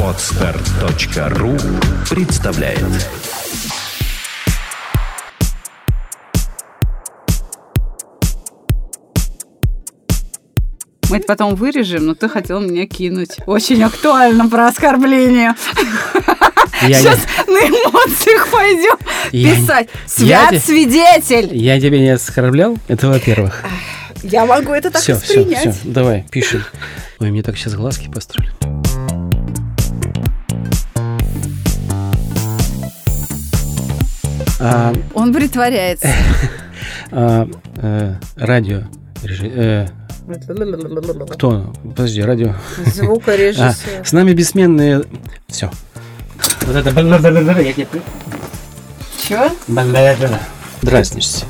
Podster.ru представляет. Мы это потом вырежем, но ты хотел меня кинуть. Очень актуально про оскорбление. Сейчас на эмоциях пойдем писать. Свидетель! Я тебя не оскорблял? Это во-первых. Я могу это так воспринять. Все, давай, пишем. Ой, мне так сейчас глазки построили. Он притворяется. Радио. Кто? Подожди, радио. Звукорежиссер. С нами бессменные... Все. Вот это... Чё? Дразнишься.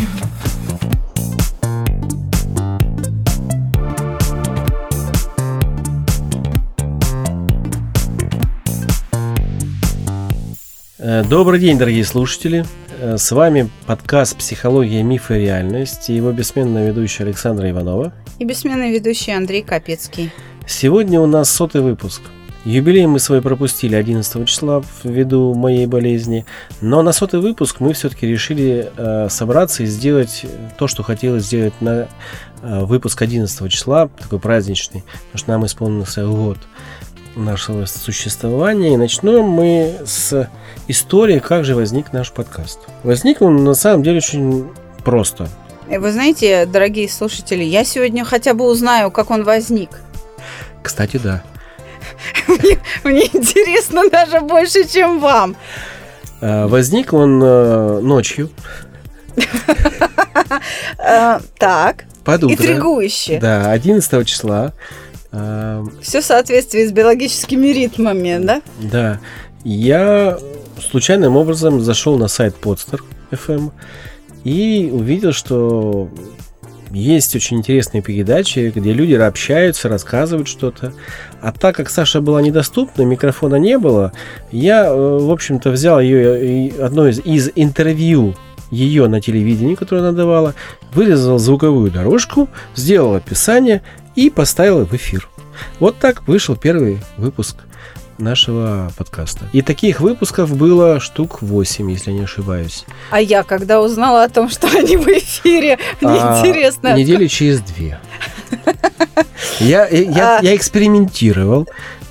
Добрый день, дорогие слушатели. С вами подкаст «Психология, мифы и реальность» и его бессменная ведущая Александра Иванова. И бессменный ведущий Андрей Капецкий. Сегодня у нас 100-й выпуск. Юбилей мы свой пропустили 11 числа ввиду моей болезни, но на 100-й выпуск мы все-таки решили собраться и сделать то, что хотелось сделать на выпуск 11 числа, такой праздничный, потому что нам исполнился год нашего существования. И начнем мы с истории, как же возник наш подкаст. Возник он на самом деле очень просто. Вы знаете, дорогие слушатели, я сегодня хотя бы узнаю, как он возник. Кстати, да. Мне интересно даже больше, чем вам. Возник он ночью. Так. Под утро. Интригующе. Да, 11 числа. Все в соответствии с биологическими ритмами, да? Да. Я случайным образом зашел на сайт Podster.fm и увидел, что есть очень интересные передачи, где люди общаются, рассказывают что-то. А так как Саша была недоступна, микрофона не было, я, в общем-то, взял ее, одно из интервью ее на телевидении, которое она давала, вырезал звуковую дорожку, сделал описание и поставил в эфир. Вот так вышел первый выпуск нашего подкаста. И таких выпусков было штук 8, если я не ошибаюсь. А я когда узнала о том, что они в эфире, мне интересно. Недели через 2. Я экспериментировал.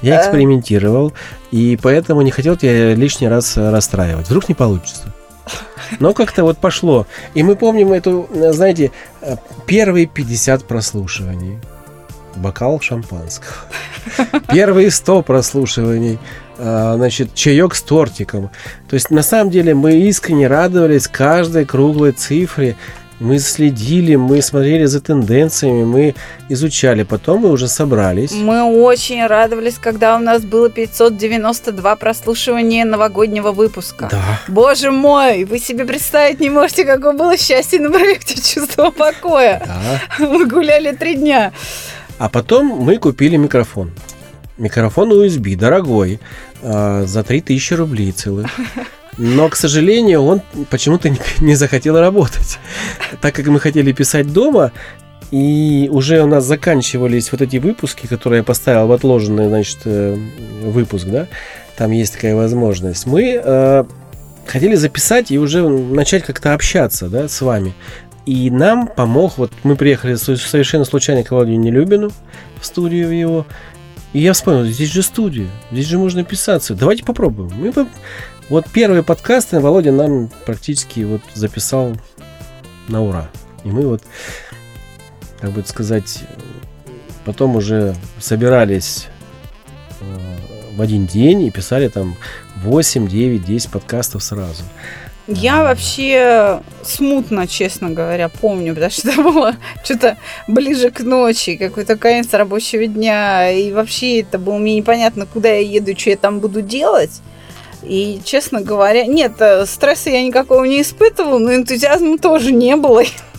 И поэтому не хотел тебя лишний раз расстраивать. Вдруг не получится. Но как-то вот пошло. И мы помним эту, знаете, первые 50 прослушиваний. Бокал шампанского. Первые 100 прослушиваний. Значит, чаек с тортиком. То есть, на самом деле, мы искренне радовались каждой круглой цифре. Мы следили, мы смотрели за тенденциями, мы изучали. Потом мы уже собрались. Мы очень радовались, когда у нас было 592 прослушивания новогоднего выпуска. Да. Боже мой, вы себе представить не можете, какое было счастье на проекте «Чувство покоя». Да. Мы гуляли 3 дня. А потом мы купили микрофон. Микрофон USB, дорогой, за 3000 рублей целых. Но, к сожалению, он почему-то не захотел работать. Так как мы хотели писать дома, и уже у нас заканчивались вот эти выпуски, которые я поставил в отложенный, значит, выпуск, да, там есть такая возможность. Мы хотели записать и уже начать как-то общаться, да, с вами. И нам помог, вот мы приехали совершенно случайно к Володе Нелюбину в студию его, и я вспомнил, здесь же студия, здесь же можно писаться, давайте попробуем. Вот первые подкасты Володя нам практически вот записал на ура. И мы вот, как бы сказать, потом уже собирались в один день и писали там 8, 9, 10 подкастов сразу. Я вообще смутно, честно говоря, помню, потому что это было что-то ближе к ночи, какой-то конец рабочего дня, и вообще это было мне непонятно, куда я еду, что я там буду делать. И, честно говоря, нет, стресса я никакого не испытывала, но энтузиазма тоже не было.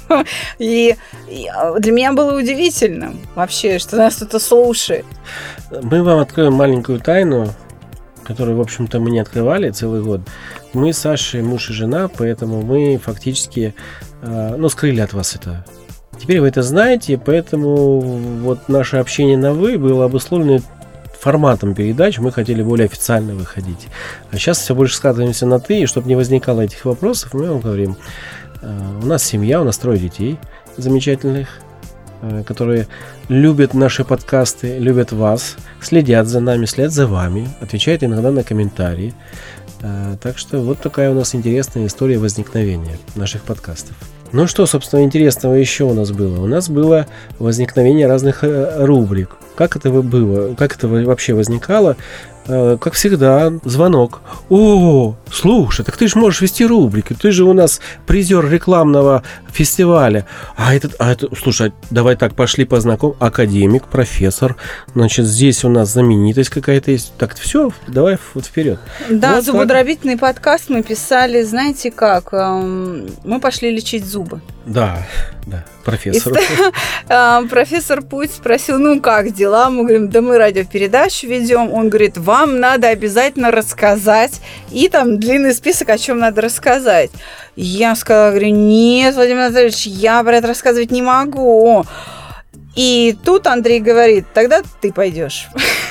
И для меня было удивительно вообще, что нас кто-то слушает. Мы вам откроем маленькую тайну, которую, в общем-то, мы не открывали целый год. Мы с Сашей муж и жена, поэтому мы фактически скрыли от вас это. Теперь вы это знаете, поэтому вот наше общение на «вы» было обусловлено форматом передач мы хотели более официально выходить. А сейчас все больше скатываемся на «ты», и чтобы не возникало этих вопросов, мы вам говорим, у нас семья, у нас 3 детей замечательных, которые любят наши подкасты, любят вас, следят за нами, следят за вами, отвечают иногда на комментарии. Так что вот такая у нас интересная история возникновения наших подкастов. Ну что, собственно, интересного еще у нас было? У нас было возникновение разных рубрик. Как это было? Как это вообще возникало? Как всегда, звонок. О, слушай, так ты же можешь вести рубрики. Ты же у нас призер рекламного фестиваля. Слушай, давай так, пошли познакомим. Академик, профессор. Значит, здесь у нас знаменитость какая-то есть. Так, все, давай вот вперед. Да, вот зубодробительный подкаст мы писали, знаете как? Мы пошли лечить зубы. Да, профессор. Профессор Путь спросил, ну как дела? Мы говорим, да мы радиопередачу ведем. Он говорит, вам надо обязательно рассказать. И там длинный список, о чем надо рассказать. Я сказала, говорю, нет, Владимир Анатольевич, я про это рассказывать не могу. И тут Андрей говорит, тогда ты пойдешь.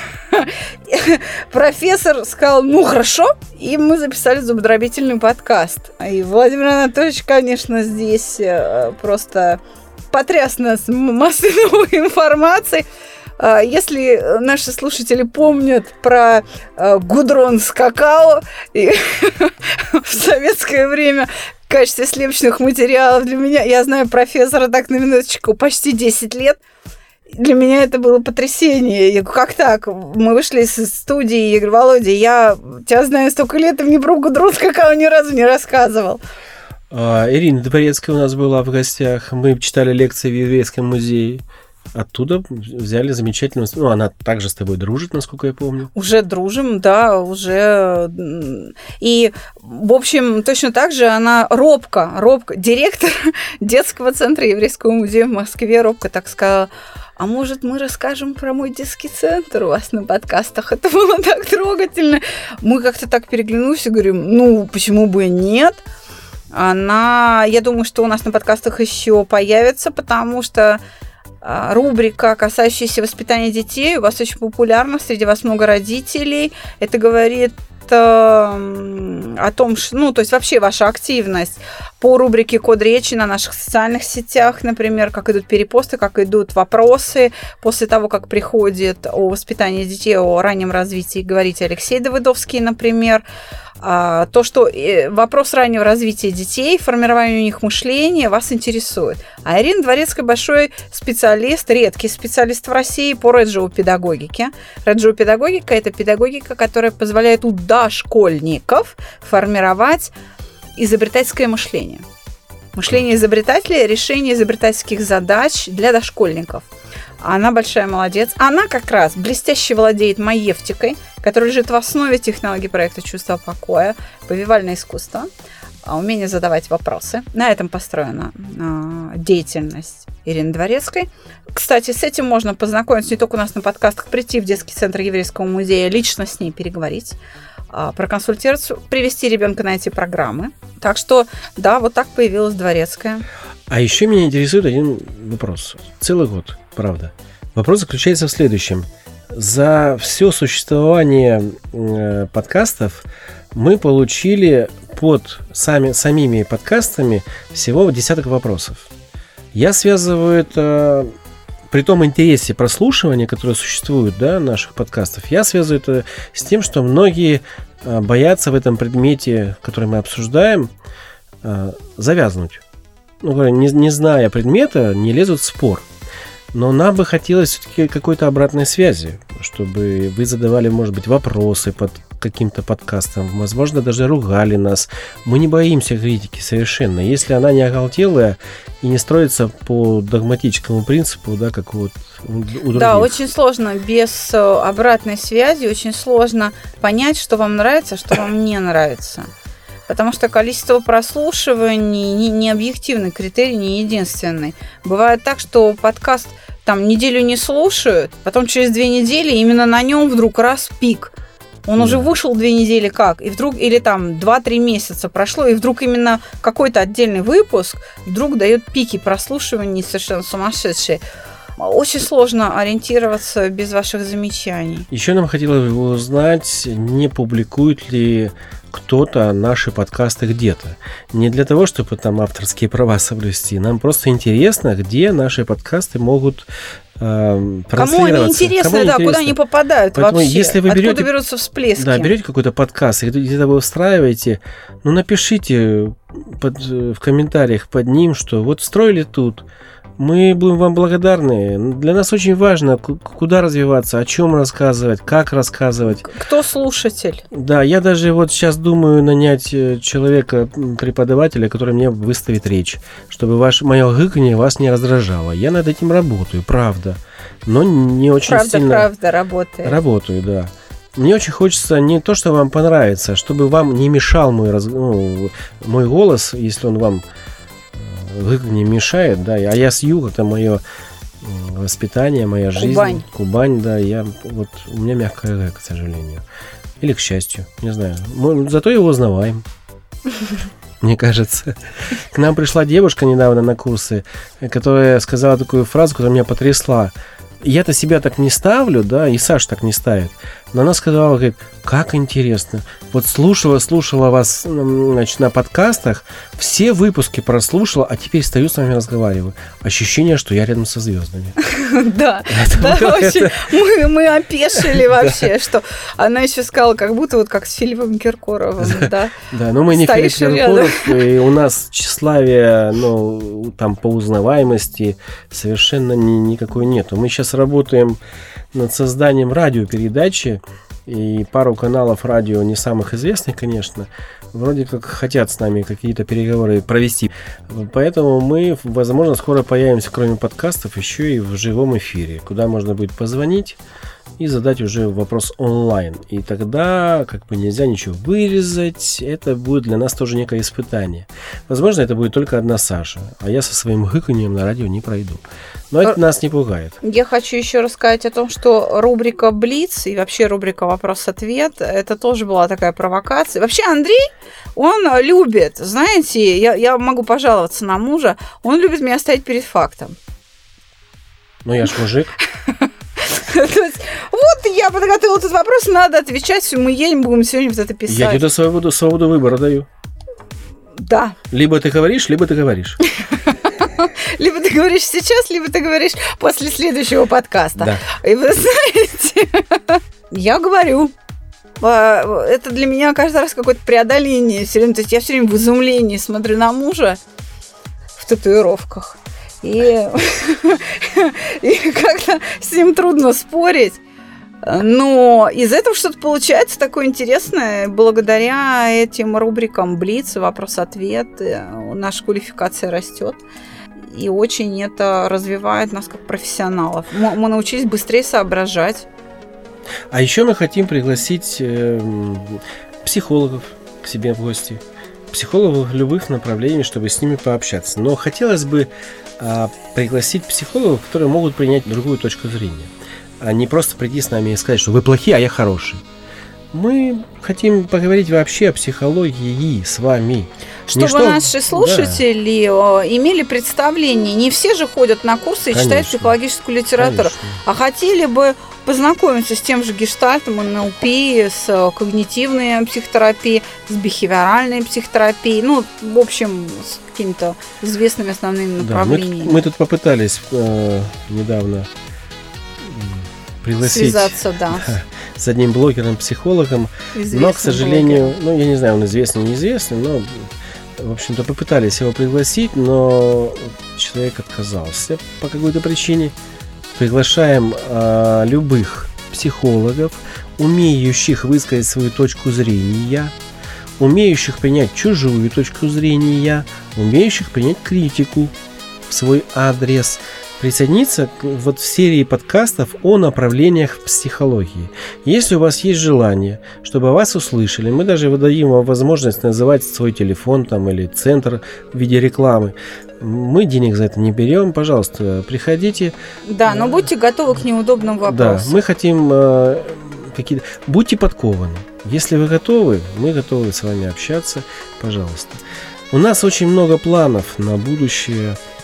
Профессор сказал, ну хорошо, и мы записали зубодробительный подкаст. И Владимир Анатольевич, конечно, здесь просто потряс нас массой новой информации. Если наши слушатели помнят про гудрон с какао и в советское время в качестве слепочных материалов для меня, я знаю профессора так на минуточку почти 10 лет, для меня это было потрясение. Я говорю, как так? Мы вышли из студии, я говорю, Володя, я тебя знаю столько лет, и мне про гудрон с какао ни разу не рассказывал. Ирина Дворецкая у нас была в гостях. Мы читали лекции в Еврейском музее. Оттуда взяли замечательную... Ну, она также с тобой дружит, насколько я помню. Уже дружим, да, уже... И, в общем, точно так же она робко, директор детского центра Еврейского музея в Москве робко так сказала, а может, мы расскажем про мой детский центр у вас на подкастах? Это было так трогательно. Мы как-то так переглянулись и говорим, ну, почему бы и нет? Я думаю, что у нас на подкастах еще появится, потому что рубрика, касающаяся воспитания детей, у вас очень популярна, среди вас много родителей. Это говорит о том, что, ну, то есть вообще ваша активность по рубрике «Код речи» на наших социальных сетях, например, как идут перепосты, как идут вопросы после того, как приходит о воспитании детей, о раннем развитии, говорить Алексей Давыдовский, например. То, что вопрос раннего развития детей, формирование у них мышления вас интересует. А Ирина Дворецкая большой специалист, редкий специалист в России по реджиопедагогике. Реджиопедагогика – это педагогика, которая позволяет у дошкольников формировать изобретательское мышление. Мышление изобретателя, решение изобретательских задач для дошкольников. Она большая молодец. Она как раз блестяще владеет маевтикой, которая лежит в основе технологии проекта «Чувство покоя», повивальное искусство, умение задавать вопросы. На этом построена деятельность Ирины Дворецкой. Кстати, с этим можно познакомиться не только у нас на подкастах, прийти в детский центр Еврейского музея, лично с ней переговорить, проконсультироваться, привести ребенка на эти программы. Так что, да, вот так появилась Дворецкая. А еще меня интересует один вопрос. Целый год, правда. Вопрос заключается в следующем. За все существование подкастов мы получили под самими подкастами всего десяток вопросов. Я связываю это, при том интересе прослушивания, которое существует, да, наших подкастов, я связываю это с тем, что многие боятся в этом предмете, который мы обсуждаем, завязнуть. Ну, не зная предмета, не лезут в спор. Но нам бы хотелось все-таки какой-то обратной связи, чтобы вы задавали, может быть, вопросы под каким-то подкастом, возможно, даже ругали нас. Мы не боимся критики совершенно, если она не оголтелая и не строится по догматическому принципу, да, как вот у других. Да, очень сложно без обратной связи, очень сложно понять, что вам нравится, что вам не нравится. Потому что количество прослушиваний не объективный критерий, не единственный. Бывает так, что подкаст там неделю не слушают, потом через 2 недели именно на нем вдруг раз пик. Он уже вышел 2 недели как, и вдруг, или там 2-3 месяца прошло, и вдруг именно какой-то отдельный выпуск вдруг дает пики прослушиваний совершенно сумасшедшие. очень сложно ориентироваться без ваших замечаний. Еще нам хотелось бы узнать, не публикует ли кто-то наши подкасты где-то. Не для того, чтобы там авторские права соблюсти. Нам просто интересно, где наши подкасты могут транслироваться. Кому они интересны, да, куда они попадают. Поэтому, вообще. если вы берете, откуда берутся всплески. Да, берете какой-то подкаст, и где-то вы устраиваете, ну, напишите в комментариях под ним, что вот встроили тут. Мы будем вам благодарны. Для нас очень важно, куда развиваться, о чем рассказывать, как рассказывать. Кто слушатель? Да, я даже вот сейчас думаю нанять человека, преподавателя, который мне выставит речь, чтобы мое гыканье вас не раздражало. Я над этим работаю, правда. Но не очень сильно... Правда, работает. Работаю, да. Мне очень хочется не то, что вам понравится, а чтобы вам не мешал мой голос, если он вам не мешает, да, а я с юга, это мое воспитание, моя жизнь. Кубань, да, у меня мягкое г, к сожалению. Или к счастью, не знаю. Мы зато его узнаваем, мне кажется. К нам пришла девушка недавно на курсы, которая сказала такую фразу, которая меня потрясла. Я-то себя так не ставлю, да, и Саша так не ставит. Но она сказала, говорит, как интересно. Вот слушала вас, значит, на подкастах, все выпуски прослушала, а теперь стою с вами разговариваю. Ощущение, что я рядом со звездами. Да, мы опешили вообще, что она еще сказала, как будто вот как с Филиппом Киркоровым, да. Да, но мы не Филипп Киркоров, и у нас тщеславия, ну, там, по узнаваемости совершенно никакой нету. Мы сейчас работаем над созданием радиопередачи, и пару каналов радио, не самых известных, конечно, вроде как хотят с нами какие-то переговоры провести. Поэтому мы, возможно, скоро появимся, кроме подкастов, еще и в живом эфире, куда можно будет позвонить и задать уже вопрос онлайн. И тогда как бы нельзя ничего вырезать. Это будет для нас тоже некое испытание. Возможно, это будет только одна Саша, а я со своим гыканьем на радио не пройду. Но это нас не пугает. Я хочу еще рассказать о том, что рубрика «Блиц» и вообще рубрика «Вопрос-ответ» это тоже была такая провокация. Вообще Андрей, он любит, знаете, я могу пожаловаться на мужа, он любит меня ставить перед фактом. Ну, я ж мужик. Вот я подготовила этот вопрос, надо отвечать, мы едем, будем сегодня вот это писать. Я тебе свободу выбора даю. Да. Либо ты говоришь, либо ты говоришь. Либо ты говоришь сейчас, либо ты говоришь после следующего подкаста. Да. И вы знаете, я говорю. Это для меня каждый раз какое-то преодоление. То есть я все время в изумлении смотрю на мужа в татуировках. И как-то с ним трудно спорить. Но из этого что-то получается такое интересное. Благодаря этим рубрикам «Блиц» и «Вопрос-ответ» наша квалификация растет. И очень это развивает нас как профессионалов. Мы научились быстрее соображать. А еще мы хотим пригласить психологов к себе в гости. Психологов любых направлений, чтобы с ними пообщаться. Но хотелось бы пригласить психологов, которые могут принять другую точку зрения. А не просто прийти с нами и сказать, что вы плохие, а я хороший. Мы хотим поговорить вообще о психологии с вами. Чтобы наши слушатели имели представление. Не все же ходят на курсы и читают психологическую литературу. Конечно. А хотели бы познакомиться с тем же гештальтом, НЛП, с когнитивной психотерапией, с бихевиоральной психотерапией. Ну, в общем, с какими-то известными основными направлениями. Да, мы тут попытались недавно пригласить связаться, с одним блогером-психологом, но, к сожалению, блогер. Я не знаю, он известный, неизвестный, но, в общем-то, попытались его пригласить, но человек отказался по какой-то причине. Приглашаем любых психологов, умеющих высказать свою точку зрения, умеющих принять чужую точку зрения, умеющих принять критику в свой адрес, присоединиться вот в серии подкастов о направлениях в психологии. Если у вас есть желание, чтобы вас услышали, мы даже выдаем вам возможность называть свой телефон там, или центр в виде рекламы. Мы денег за это не берем, пожалуйста, приходите. Да, но будьте готовы к неудобным вопросам. Да, мы хотим какие-то... Будьте подкованы. Если вы готовы, мы готовы с вами общаться, пожалуйста. У нас очень много планов на будущее.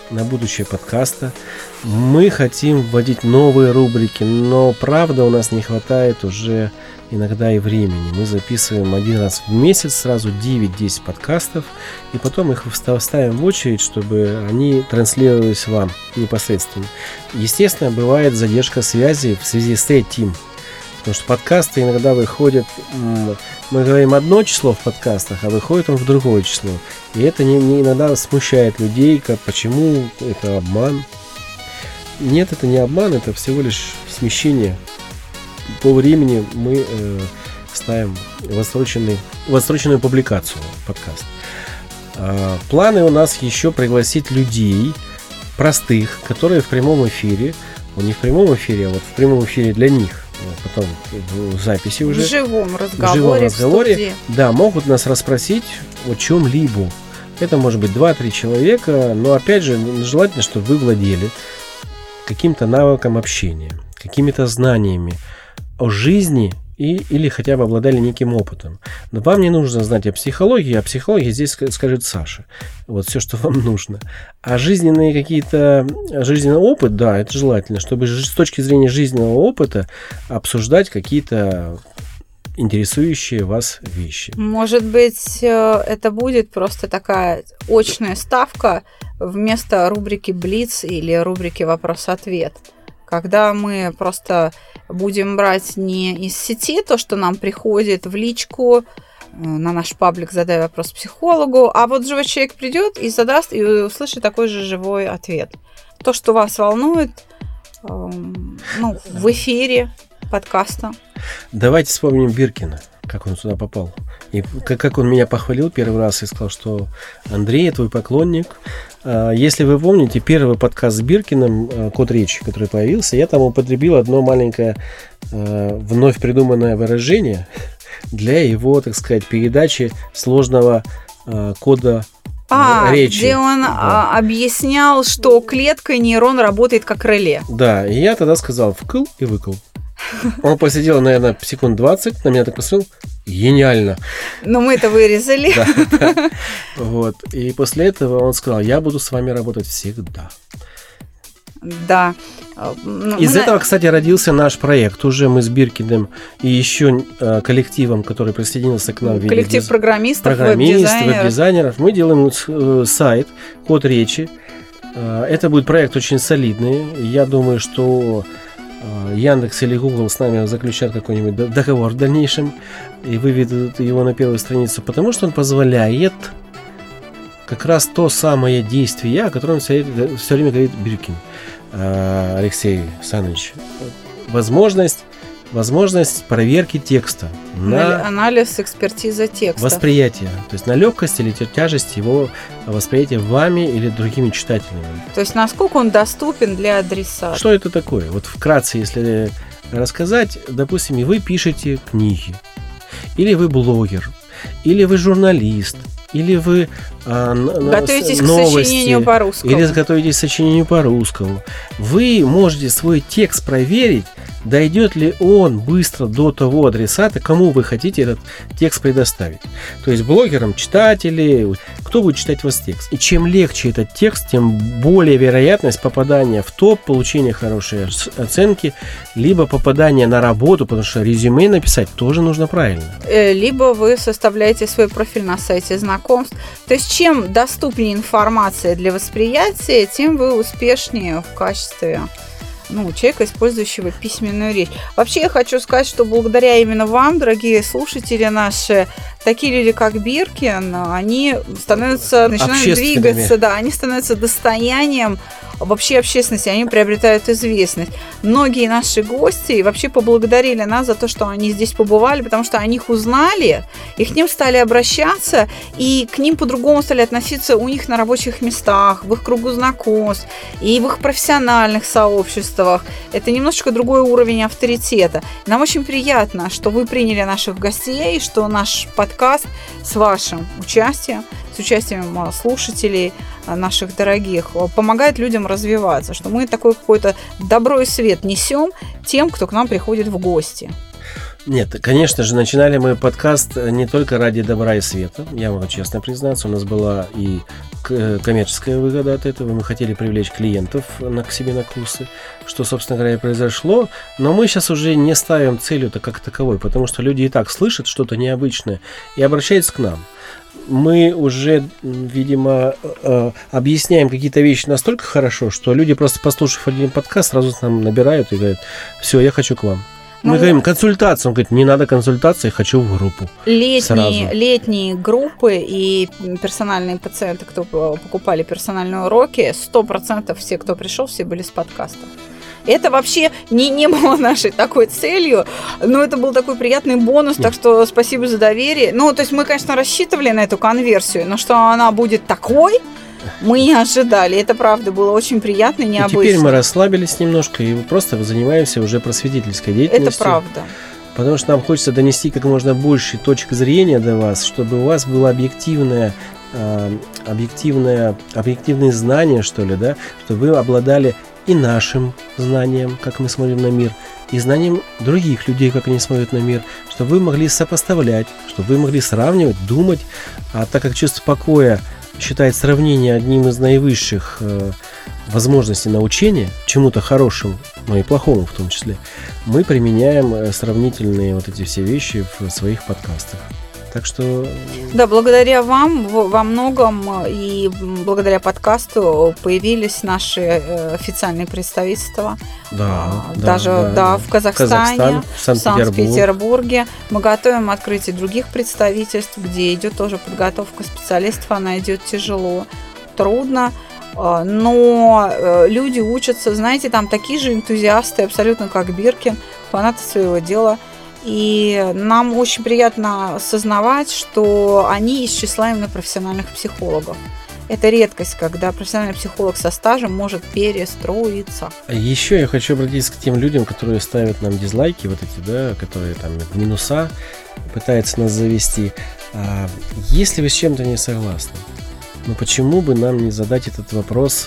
на будущее подкаста. Мы хотим вводить новые рубрики, но правда у нас не хватает уже иногда и времени. Мы записываем один раз в месяц сразу 9-10 подкастов, и потом их ставим в очередь, чтобы они транслировались вам непосредственно. Естественно, бывает задержка связи в связи с этим, потому что подкасты иногда выходят, мы говорим одно число в подкастах, а выходит он в другое число. И это не иногда смущает людей, почему это обман. Нет, это не обман, это всего лишь смещение. По времени мы ставим в отсроченную публикацию подкаст. Планы у нас еще пригласить людей простых, которые в прямом эфире, не в прямом эфире, а вот в прямом эфире для них, потом в записи уже. В живом разговоре. Да, могут нас расспросить о чем-либо. Это может быть 2-3 человека, но опять же желательно, чтобы вы владели каким-то навыком общения, какими-то знаниями о жизни или хотя бы обладали неким опытом. Но вам не нужно знать о психологии здесь скажет Саша. Вот все, что вам нужно. А жизненный опыт, да, это желательно, чтобы с точки зрения жизненного опыта обсуждать какие-то интересующие вас вещи. Может быть, это будет просто такая очная ставка вместо рубрики «Блиц» или рубрики «Вопрос-ответ», когда мы просто будем брать не из сети то, что нам приходит в личку, на наш паблик «Задай вопрос психологу», а вот живой человек придет и задаст, и услышит такой же живой ответ. То, что вас волнует, в эфире подкаста. Давайте вспомним Биркина, как он сюда попал. И как он меня похвалил первый раз и сказал, что Андрей, я твой поклонник. Если вы помните первый подкаст с Биркиным, «Код речи», который появился, я там употребил одно маленькое вновь придуманное выражение для его, так сказать, передачи сложного кода речи. Где он объяснял, что клетка нейрон работает как реле. Да, и я тогда сказал «вкл» и «выкл». Он посидел, наверное, секунд 20, на меня так посмотрел. Гениально. Но мы это вырезали. Да. Вот. И после этого он сказал, я буду с вами работать всегда. Да. Из этого, кстати, родился наш проект. Уже мы с Биркиным и еще коллективом, который присоединился к нам. Коллектив программистов, веб-дизайнеров. Мы делаем сайт «Код речи». Это будет проект очень солидный. Я думаю, что Яндекс или Google с нами заключат какой-нибудь договор в дальнейшем и выведут его на первую страницу, потому что он позволяет как раз то самое действие, о котором все время говорит Биркин Алексей Александрович. Возможность проверки текста. Анализ, экспертиза текста. Восприятие. То есть на легкость или тяжесть его восприятия вами или другими читателями. То есть насколько он доступен для адресата. Что это такое? Вот вкратце, если рассказать, допустим, вы пишете книги, или вы блогер, или вы журналист, или вы готовитесь новости, к сочинению по-русскому. Или готовитесь к сочинению по-русскому. Вы можете свой текст проверить, дойдет ли он быстро до того адресата, кому вы хотите этот текст предоставить. То есть блогерам, читатели, кто будет читать ваш текст. И чем легче этот текст, тем более вероятность попадания в топ, получения хорошей оценки, либо попадания на работу, потому что резюме написать тоже нужно правильно. Либо вы составляете свой профиль на сайте знакомств. То есть чем доступнее информация для восприятия, тем вы успешнее в качестве человека, использующего письменную речь. Вообще я хочу сказать, что благодаря именно вам, дорогие слушатели наши, такие люди, как Биркин, они начинают двигаться, да, они становятся достоянием вообще общественности, они приобретают известность. Многие наши гости вообще поблагодарили нас за то, что они здесь побывали, потому что они их узнали, и к ним стали обращаться, и к ним по-другому стали относиться у них на рабочих местах, в их кругу знакомств, и в их профессиональных сообществах. Это немножечко другой уровень авторитета. Нам очень приятно, что вы приняли наших гостей, что наш подкаст с вашим участием, с участием слушателей наших дорогих, помогает людям развиваться, что мы такой какой-то добро и свет несем тем, кто к нам приходит в гости. Нет, конечно же, начинали мы подкаст не только ради добра и света. Я могу честно признаться, у нас была и коммерческая выгода от этого. Мы хотели привлечь клиентов к себе на курсы, что, собственно говоря, и произошло. Но мы сейчас уже не ставим целью-то как таковой, потому что люди и так слышат что-то необычное и обращаются к нам. Мы уже, видимо, объясняем какие-то вещи настолько хорошо, что люди, просто послушав один подкаст, сразу нам набирают и говорят: все, я хочу к вам. Мы говорим: консультацию. Он говорит: не надо консультации, хочу в группу. Летние группы и персональные пациенты, кто покупали персональные уроки, 100% все, кто пришел, все были с подкаста. Это вообще не было нашей такой целью, но это был такой приятный бонус, так что спасибо за доверие. Ну, то есть мы, конечно, рассчитывали на эту конверсию, но что она будет такой, мы не ожидали. Это, правда, было очень приятно и необычно. И теперь мы расслабились немножко и просто занимаемся уже просветительской деятельностью. Это правда. Потому что нам хочется донести как можно больше точек зрения до вас, чтобы у вас было объективные знания, что ли, да, чтобы вы обладали и нашим знанием, как мы смотрим на мир, и знанием других людей, как они смотрят на мир, чтобы вы могли сопоставлять, чтобы вы могли сравнивать, думать. А так как чувство покоя считает сравнение одним из наивысших возможностей научения, чему-то хорошему, но и плохому в том числе, мы применяем сравнительные вот эти все вещи в своих подкастах. Так что... Да, благодаря вам во многом и благодаря подкасту появились наши официальные представительства. В Казахстане, в Санкт-Петербурге. Мы готовим открытие других представительств, где идет тоже подготовка специалистов. Она идет тяжело, трудно. Но люди учатся, знаете, там такие же энтузиасты, абсолютно как Биркин, фанаты своего дела. И нам очень приятно осознавать, что они из числа именно профессиональных психологов. Это редкость, когда профессиональный психолог со стажем может перестроиться. Еще я хочу обратиться к тем людям, которые ставят нам дизлайки, вот эти, да, которые там минуса пытаются нас завести. Если вы с чем-то не согласны, ну почему бы нам не задать этот вопрос?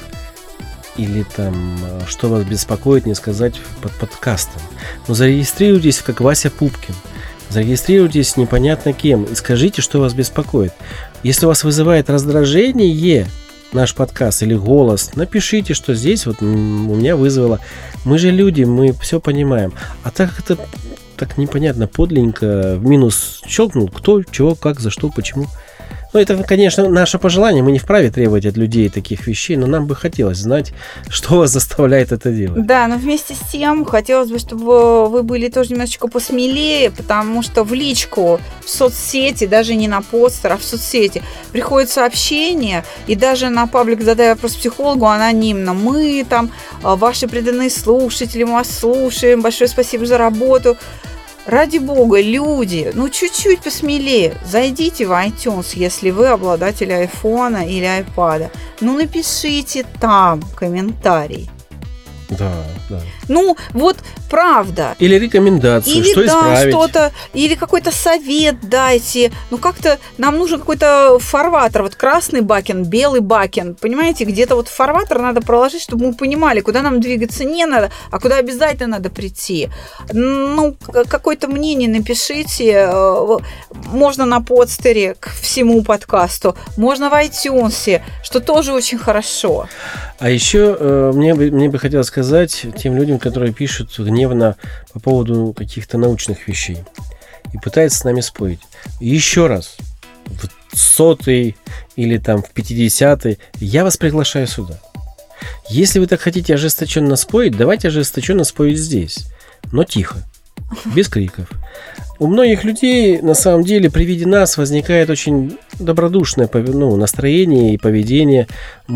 Или там, что вас беспокоит, не сказать под подкастом. Но зарегистрируйтесь как Вася Пупкин. Зарегистрируйтесь непонятно кем и скажите, что вас беспокоит. Если вас вызывает раздражение наш подкаст или голос, напишите, что здесь вот у меня вызвало. Мы же люди, мы все понимаем. А так как это так непонятно, подленько, в минус щелкнул, кто, чего, как, за что, почему. Ну, это, конечно, наше пожелание. Мы не вправе требовать от людей таких вещей, но нам бы хотелось знать, что вас заставляет это делать. Да, но вместе с тем хотелось бы, чтобы вы были тоже немножечко посмелее, потому что в личку, в соцсети, даже не на постер, а в соцсети, приходят сообщения, и даже на паблик «Задай вопрос психологу» анонимно. Мы там, ваши преданные слушатели, мы вас слушаем, большое спасибо за работу. Ради бога, люди, ну чуть-чуть посмелее. Зайдите в iTunes, если вы обладатель айфона или айпада. Ну напишите там комментарий. Да. Ну, вот правда. Или рекомендацию, или, что исправить. Что-то, или какой-то совет дайте. Ну, как-то нам нужен какой-то фарватер. Вот красный бакен, белый бакен. Понимаете, где-то вот фарватер надо проложить, чтобы мы понимали, куда нам двигаться не надо, а куда обязательно надо прийти. Ну, какое-то мнение напишите. Можно на подстере к всему подкасту. Можно в iTunes, что тоже очень хорошо. А еще мне бы хотелось сказать тем людям, которые пишут гневно по поводу каких-то научных вещей и пытаются с нами спорить. Еще раз, в 100-й или там в 50-й я вас приглашаю сюда. Если вы так хотите ожесточенно спорить, давайте ожесточенно спорить здесь, но тихо, без криков. У многих людей, на самом деле, при виде нас возникает очень добродушное настроение и поведение.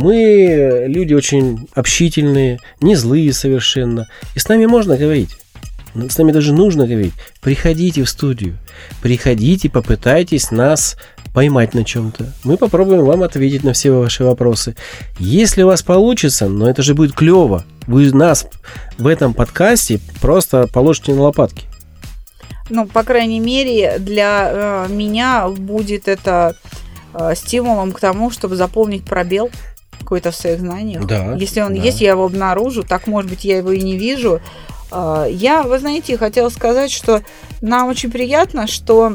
Мы люди очень общительные, не злые совершенно. И с нами можно говорить. С нами даже нужно говорить. Приходите в студию. Приходите, попытайтесь нас поймать на чем-то. Мы попробуем вам ответить на все ваши вопросы. Если у вас получится, но это же будет клево, вы нас в этом подкасте просто положите на лопатки. Ну, по крайней мере, для меня будет это стимулом к тому, чтобы заполнить пробел какой-то в своих знаниях. Да, если он есть, я его обнаружу. Так, может быть, я его и не вижу. Вы знаете, хотела сказать, что нам очень приятно, что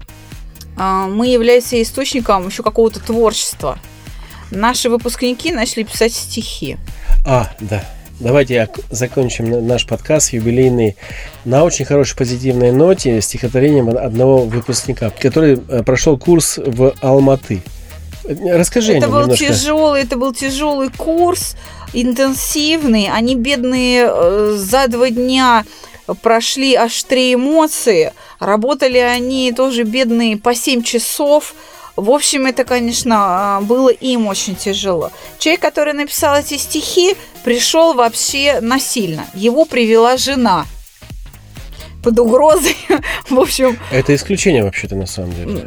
мы являемся источником еще какого-то творчества. Наши выпускники начали писать стихи. Да. Давайте закончим наш подкаст юбилейный на очень хорошей позитивной ноте стихотворением одного выпускника, который прошел курс в Алматы. Расскажи это о нем был немножко. Это был тяжелый курс, интенсивный. Они, бедные, за 2 дня прошли аж 3 эмоции. Работали они тоже, бедные, по 7 часов. В общем, это, конечно, было им очень тяжело. Человек, который написал эти стихи, пришел вообще насильно. Его привела жена под угрозой. В общем... Это исключение вообще-то, на самом деле.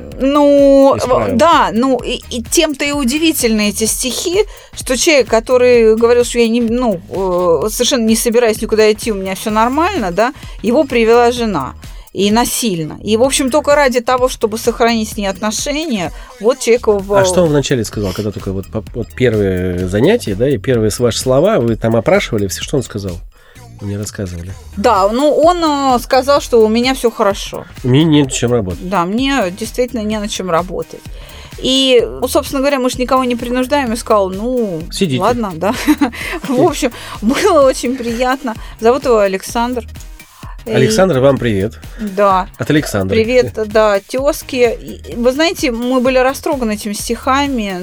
Да, и тем-то и удивительны эти стихи, что человек, который говорил, что я совершенно не собираюсь никуда идти, у меня все нормально, да, его привела жена. И насильно. И, в общем, только ради того, чтобы сохранить с ней отношения, вот человек... А что он вначале сказал, когда только вот первые занятия, да, и первые ваши слова, вы там опрашивали, все, что он сказал? Мне рассказывали. Да, он сказал, что у меня все хорошо. Мне не над чем работать. Да, мне действительно не над чем работать. И, собственно говоря, мы же никого не принуждаем. Я сказал, сидите. Ладно, да. В общем, было очень приятно. Зовут его Александр. Александр, вам привет. Да. От Александра. Привет, да, тёзки. Вы знаете, мы были растроганы этими стихами.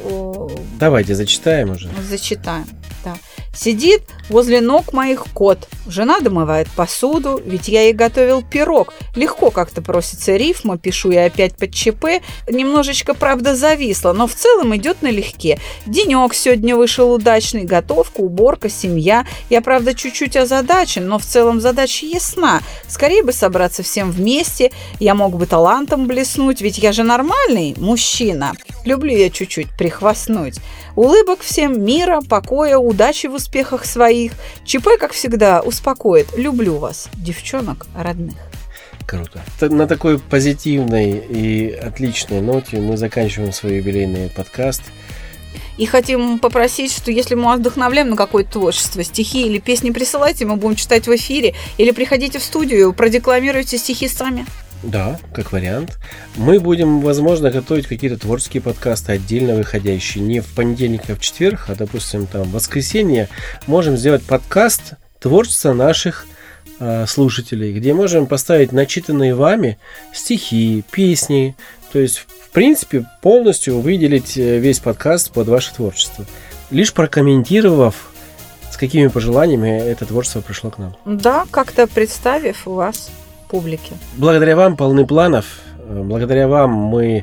Давайте зачитаем уже. Зачитаем, да. Сидит возле ног моих кот. Жена домывает посуду, ведь я ей готовил пирог. Легко как-то просится рифма, пишу я опять под ЧП. Немножечко, правда, зависла, но в целом идет налегке. Денек сегодня вышел удачный, готовка, уборка, семья. Я, правда, чуть-чуть озадачен, но в целом задача ясна. Скорее бы собраться всем вместе. Я мог бы талантом блеснуть, ведь я же нормальный мужчина. Люблю я чуть-чуть прихвастнуть. Улыбок всем, мира, покоя, удачи в успехах своих. ЧП, как всегда, успокоит. Люблю вас, девчонок родных. Круто. На такой позитивной и отличной ноте мы заканчиваем свой юбилейный подкаст. И хотим попросить, что если мы вас вдохновляем на какое-то творчество, стихи или песни присылайте, мы будем читать в эфире. Или приходите в студию, продекламируйте стихи сами. Да, как вариант. Мы будем, возможно, готовить какие-то творческие подкасты, отдельно выходящие. Не в понедельник, а в четверг, а, допустим, там в воскресенье. Можем сделать подкаст творчества наших слушателей, где можем поставить начитанные вами стихи, песни. То есть, в принципе, полностью выделить весь подкаст под ваше творчество. Лишь прокомментировав, с какими пожеланиями это творчество пришло к нам. Да, как-то представив вас публике. Благодаря вам полны планов. Благодаря вам мы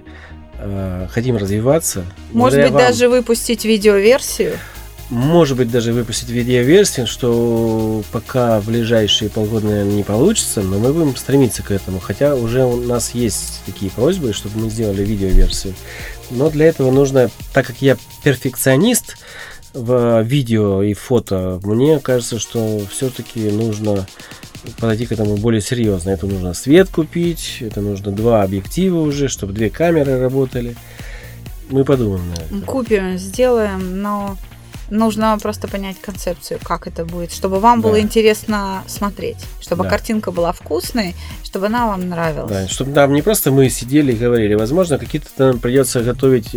хотим развиваться. Может быть, даже выпустить видеоверсию. Может быть, даже выпустить видеоверсию, что пока в ближайшие полгода, наверное, не получится, но мы будем стремиться к этому. Хотя уже у нас есть такие просьбы, чтобы мы сделали видеоверсию. Но для этого нужно, так как я перфекционист в видео и фото, мне кажется, что все-таки нужно подойти к этому более серьезно. Это нужно свет купить, это нужно 2 объектива уже, чтобы 2 камеры работали. Мы подумаем на это. Купим, сделаем, но нужно просто понять концепцию, как это будет, чтобы вам было интересно смотреть, чтобы картинка была вкусной, чтобы она вам нравилась. Да, чтобы нам не просто мы сидели и говорили, возможно, какие-то нам придется готовить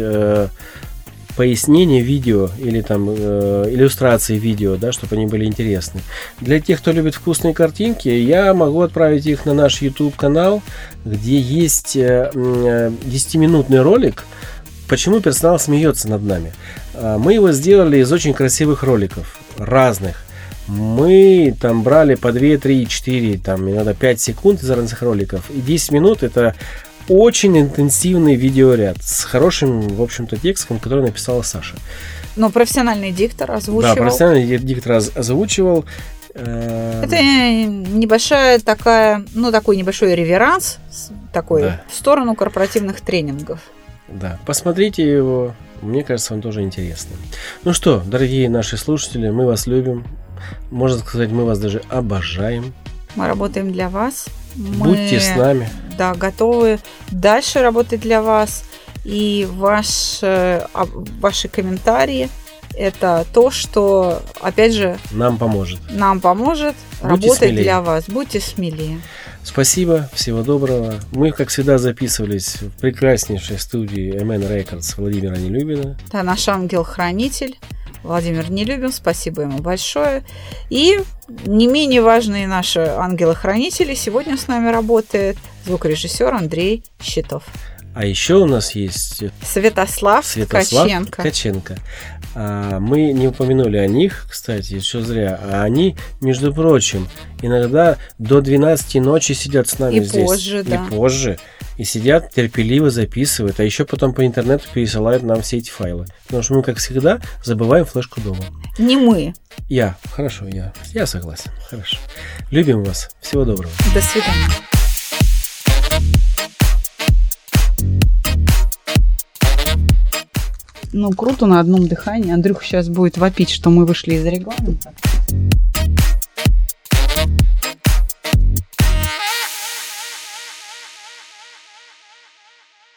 пояснения видео или там иллюстрации видео, да, чтобы они были интересны. Для тех, кто любит вкусные картинки, я могу отправить их на наш YouTube-канал, где есть 10-минутный ролик «Почему персонал смеется над нами?». Мы его сделали из очень красивых роликов, разных. Мы там брали по 2, 3, 4, там иногда 5 секунд из разных роликов. И 10 минут это очень интенсивный видеоряд с хорошим, в общем-то, текстом, который написала Саша. Но профессиональный диктор озвучивал. Да, профессиональный диктор озвучивал. Это небольшая такая, такой небольшой реверанс такой в сторону корпоративных тренингов. Да, посмотрите его, мне кажется, он тоже интересный. Ну что, дорогие наши слушатели, мы вас любим. Можно сказать, мы вас даже обожаем. Мы работаем для вас. Будьте с нами. Да, готовы дальше работать для вас. И ваши комментарии это то, что, опять же, Нам поможет. работать смелее. для вас. Будьте смелее. Спасибо, всего доброго. Мы, как всегда, записывались в прекраснейшей студии MN Records Владимира Нелюбина. Да, наш ангел-хранитель Владимир Нелюбин, спасибо ему большое. И не менее важные наши ангелы-хранители. Сегодня с нами работает звукорежиссер Андрей Щитов. А еще у нас есть Святослав Ткаченко. Мы не упомянули о них, кстати, еще зря. А они, между прочим, иногда до 12 ночи сидят с нами и здесь. Позже, да. И позже. И сидят, терпеливо записывают, а еще потом по интернету пересылают нам все эти файлы. Потому что мы, как всегда, забываем флешку дома. Не мы. Я согласен. Хорошо. Любим вас. Всего доброго. До свидания. Ну, круто на одном дыхании. Андрюха сейчас будет вопить, что мы вышли из регламента.